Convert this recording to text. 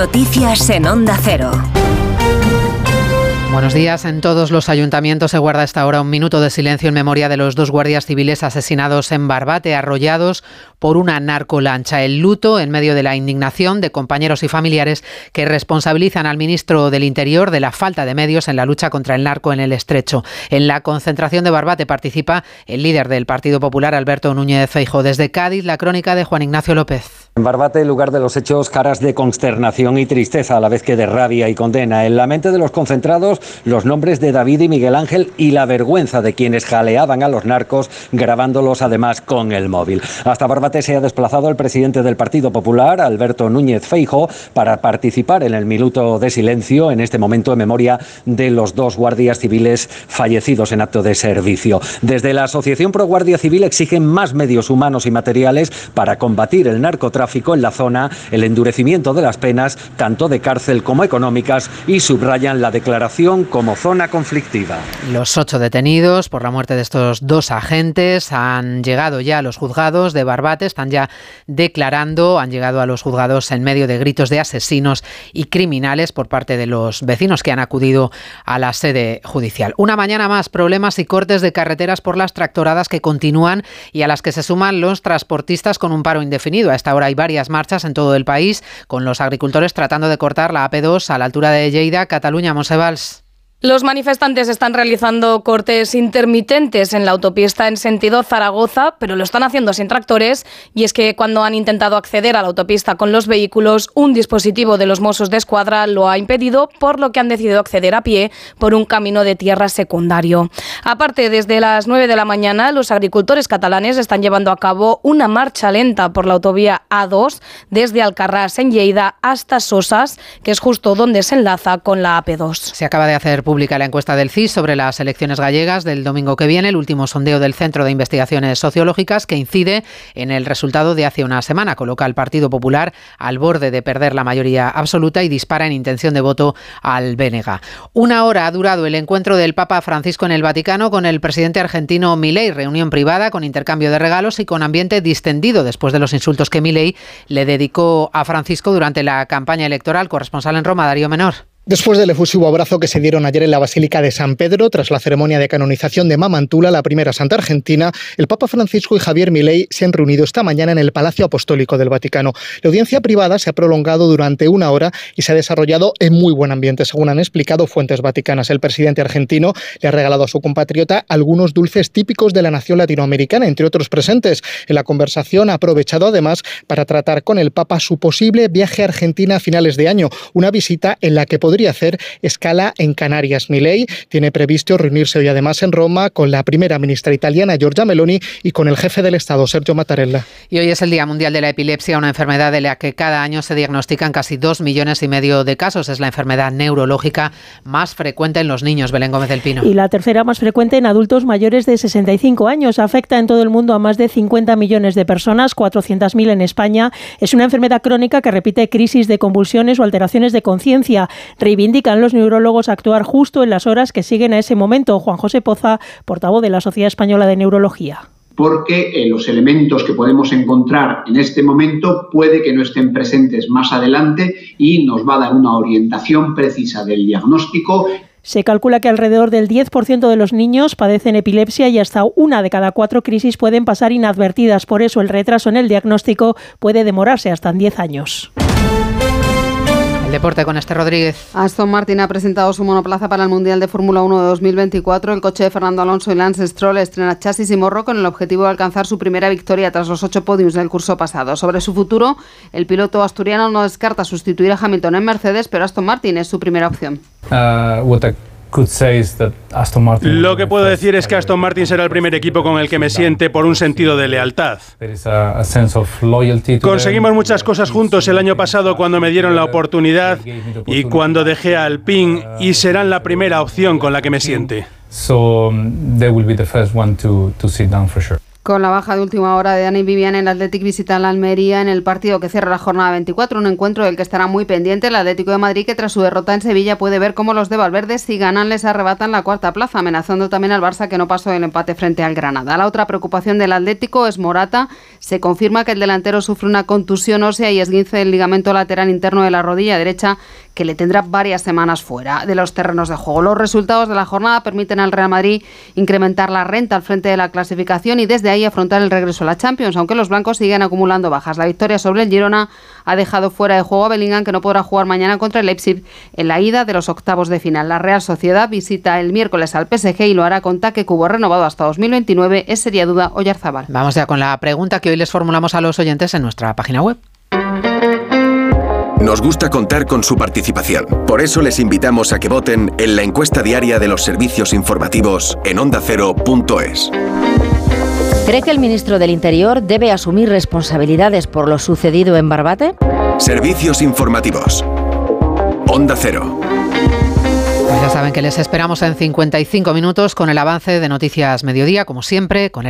Noticias en Onda Cero. Buenos días. En todos los ayuntamientos se guarda a esta hora un minuto de silencio en memoria de los 2 guardias civiles asesinados en Barbate, arrollados por una narcolancha. El luto en medio de la indignación de compañeros y familiares que responsabilizan al ministro del Interior de la falta de medios en la lucha contra el narco en el Estrecho. En la concentración de Barbate participa el líder del Partido Popular, Alberto Núñez Feijóo. Desde Cádiz, la crónica de Juan Ignacio López. En Barbate, el lugar de los hechos, caras de consternación y tristeza a la vez que de rabia y condena. En la mente de los concentrados, los nombres de David y Miguel Ángel y la vergüenza de quienes jaleaban a los narcos, grabándolos además con el móvil. Hasta Barbate se ha desplazado el presidente del Partido Popular, Alberto Núñez Feijóo, para participar en el minuto de silencio en este momento en memoria de los 2 guardias civiles fallecidos en acto de servicio. Desde la Asociación Pro Guardia Civil exigen más medios humanos y materiales para combatir el narcotráfico en la zona, el endurecimiento de las penas, tanto de cárcel como económicas, y subrayan la declaración como zona conflictiva. Los 8 detenidos por la muerte de estos 2 agentes han llegado ya a los juzgados de Barbate, están ya declarando, han llegado a los juzgados en medio de gritos de asesinos y criminales por parte de los vecinos que han acudido a la sede judicial. Una mañana más, problemas y cortes de carreteras por las tractoradas que continúan y a las que se suman los transportistas con un paro indefinido. A esta hora hay varias marchas en todo el país, con los agricultores tratando de cortar la AP2 a la altura de Lleida, Cataluña. Monsevals. Los manifestantes están realizando cortes intermitentes en la autopista en sentido Zaragoza, pero lo están haciendo sin tractores, y es que cuando han intentado acceder a la autopista con los vehículos, un dispositivo de los Mossos de Escuadra lo ha impedido, por lo que han decidido acceder a pie por un camino de tierra secundario. Aparte, desde las 9 de la mañana, los agricultores catalanes están llevando a cabo una marcha lenta por la autovía A2 desde Alcarrás en Lleida hasta Sosas, que es justo donde se enlaza con la AP2. Se acaba de hacer pública la encuesta del CIS sobre las elecciones gallegas del domingo que viene, el último sondeo del Centro de Investigaciones Sociológicas, que incide en el resultado de hace una semana. Coloca al Partido Popular al borde de perder la mayoría absoluta y dispara en intención de voto al BNG. 1 hora ha durado el encuentro del Papa Francisco en el Vaticano con el presidente argentino Milei, reunión privada con intercambio de regalos y con ambiente distendido después de los insultos que Milei le dedicó a Francisco durante la campaña electoral. Corresponsal en Roma, Darío Menor. Después del efusivo abrazo que se dieron ayer en la Basílica de San Pedro, tras la ceremonia de canonización de Mamantula, la primera santa argentina, el Papa Francisco y Javier Milei se han reunido esta mañana en el Palacio Apostólico del Vaticano. La audiencia privada se ha prolongado durante 1 hora y se ha desarrollado en muy buen ambiente, según han explicado fuentes vaticanas. El presidente argentino le ha regalado a su compatriota algunos dulces típicos de la nación latinoamericana, entre otros presentes. En la conversación ha aprovechado además para tratar con el Papa su posible viaje a Argentina a finales de año, una visita en la que podría hacer escala en Canarias. Milei tiene previsto reunirse hoy además en Roma con la primera ministra italiana Giorgia Meloni y con el jefe del Estado Sergio Mattarella. Y hoy es el Día Mundial de la Epilepsia, una enfermedad de la que cada año se diagnostican casi 2,5 millones de casos. Es la enfermedad neurológica más frecuente en los niños. Belén Gómez del Pino. Y la tercera más frecuente en adultos mayores de 65 años. Afecta en todo el mundo a más de 50 millones de personas, 400.000 en España. Es una enfermedad crónica que repite crisis de convulsiones o alteraciones de conciencia. Reivindican los neurólogos actuar justo en las horas que siguen a ese momento. Juan José Poza, portavoz de la Sociedad Española de Neurología. Porque los elementos que podemos encontrar en este momento puede que no estén presentes más adelante y nos va a dar una orientación precisa del diagnóstico. Se calcula que alrededor del 10% de los niños padecen epilepsia y hasta 1 de cada 4 crisis pueden pasar inadvertidas. Por eso el retraso en el diagnóstico puede demorarse hasta en 10 años. El deporte con Esther Rodríguez. Aston Martin ha presentado su monoplaza para el Mundial de Fórmula 1 de 2024. El coche de Fernando Alonso y Lance Stroll estrena chasis y morro con el objetivo de alcanzar su primera victoria tras los 8 podiums del curso pasado. Sobre su futuro, el piloto asturiano no descarta sustituir a Hamilton en Mercedes, pero Aston Martin es su primera opción. Lo que puedo decir es que Aston Martin será el primer equipo con el que me siente por un sentido de lealtad. Conseguimos muchas cosas juntos el año pasado cuando me dieron la oportunidad y cuando dejé a Alpine, y serán la primera opción con la que me siente. Con la baja de última hora de Dani Vivian, el Athletic visita la Almería en el partido que cierra la jornada 24, un encuentro del que estará muy pendiente el Atlético de Madrid, que tras su derrota en Sevilla puede ver cómo los de Valverde, si ganan, les arrebatan la cuarta plaza, amenazando también al Barça, que no pasó el empate frente al Granada. La otra preocupación del Atlético es Morata. Se confirma que el delantero sufre una contusión ósea y esguince del ligamento lateral interno de la rodilla derecha, que le tendrá varias semanas fuera de los terrenos de juego. Los resultados de la jornada permiten al Real Madrid incrementar la renta al frente de la clasificación y desde ahí afrontar el regreso a la Champions, aunque los blancos siguen acumulando bajas. La victoria sobre el Girona ha dejado fuera de juego a Bellingham, que no podrá jugar mañana contra el Leipzig en la ida de los octavos de final. La Real Sociedad visita el miércoles al PSG y lo hará con Take Kubo renovado hasta 2029. Es seria duda Oyarzábal. Vamos ya con la pregunta que hoy les formulamos a los oyentes en nuestra página web. Nos gusta contar con su participación. Por eso les invitamos a que voten en la encuesta diaria de los servicios informativos en ondacero.es. ¿Cree que el ministro del Interior debe asumir responsabilidades por lo sucedido en Barbate? Servicios informativos. Onda Cero. Pues ya saben que les esperamos en 55 minutos con el avance de Noticias Mediodía, como siempre, con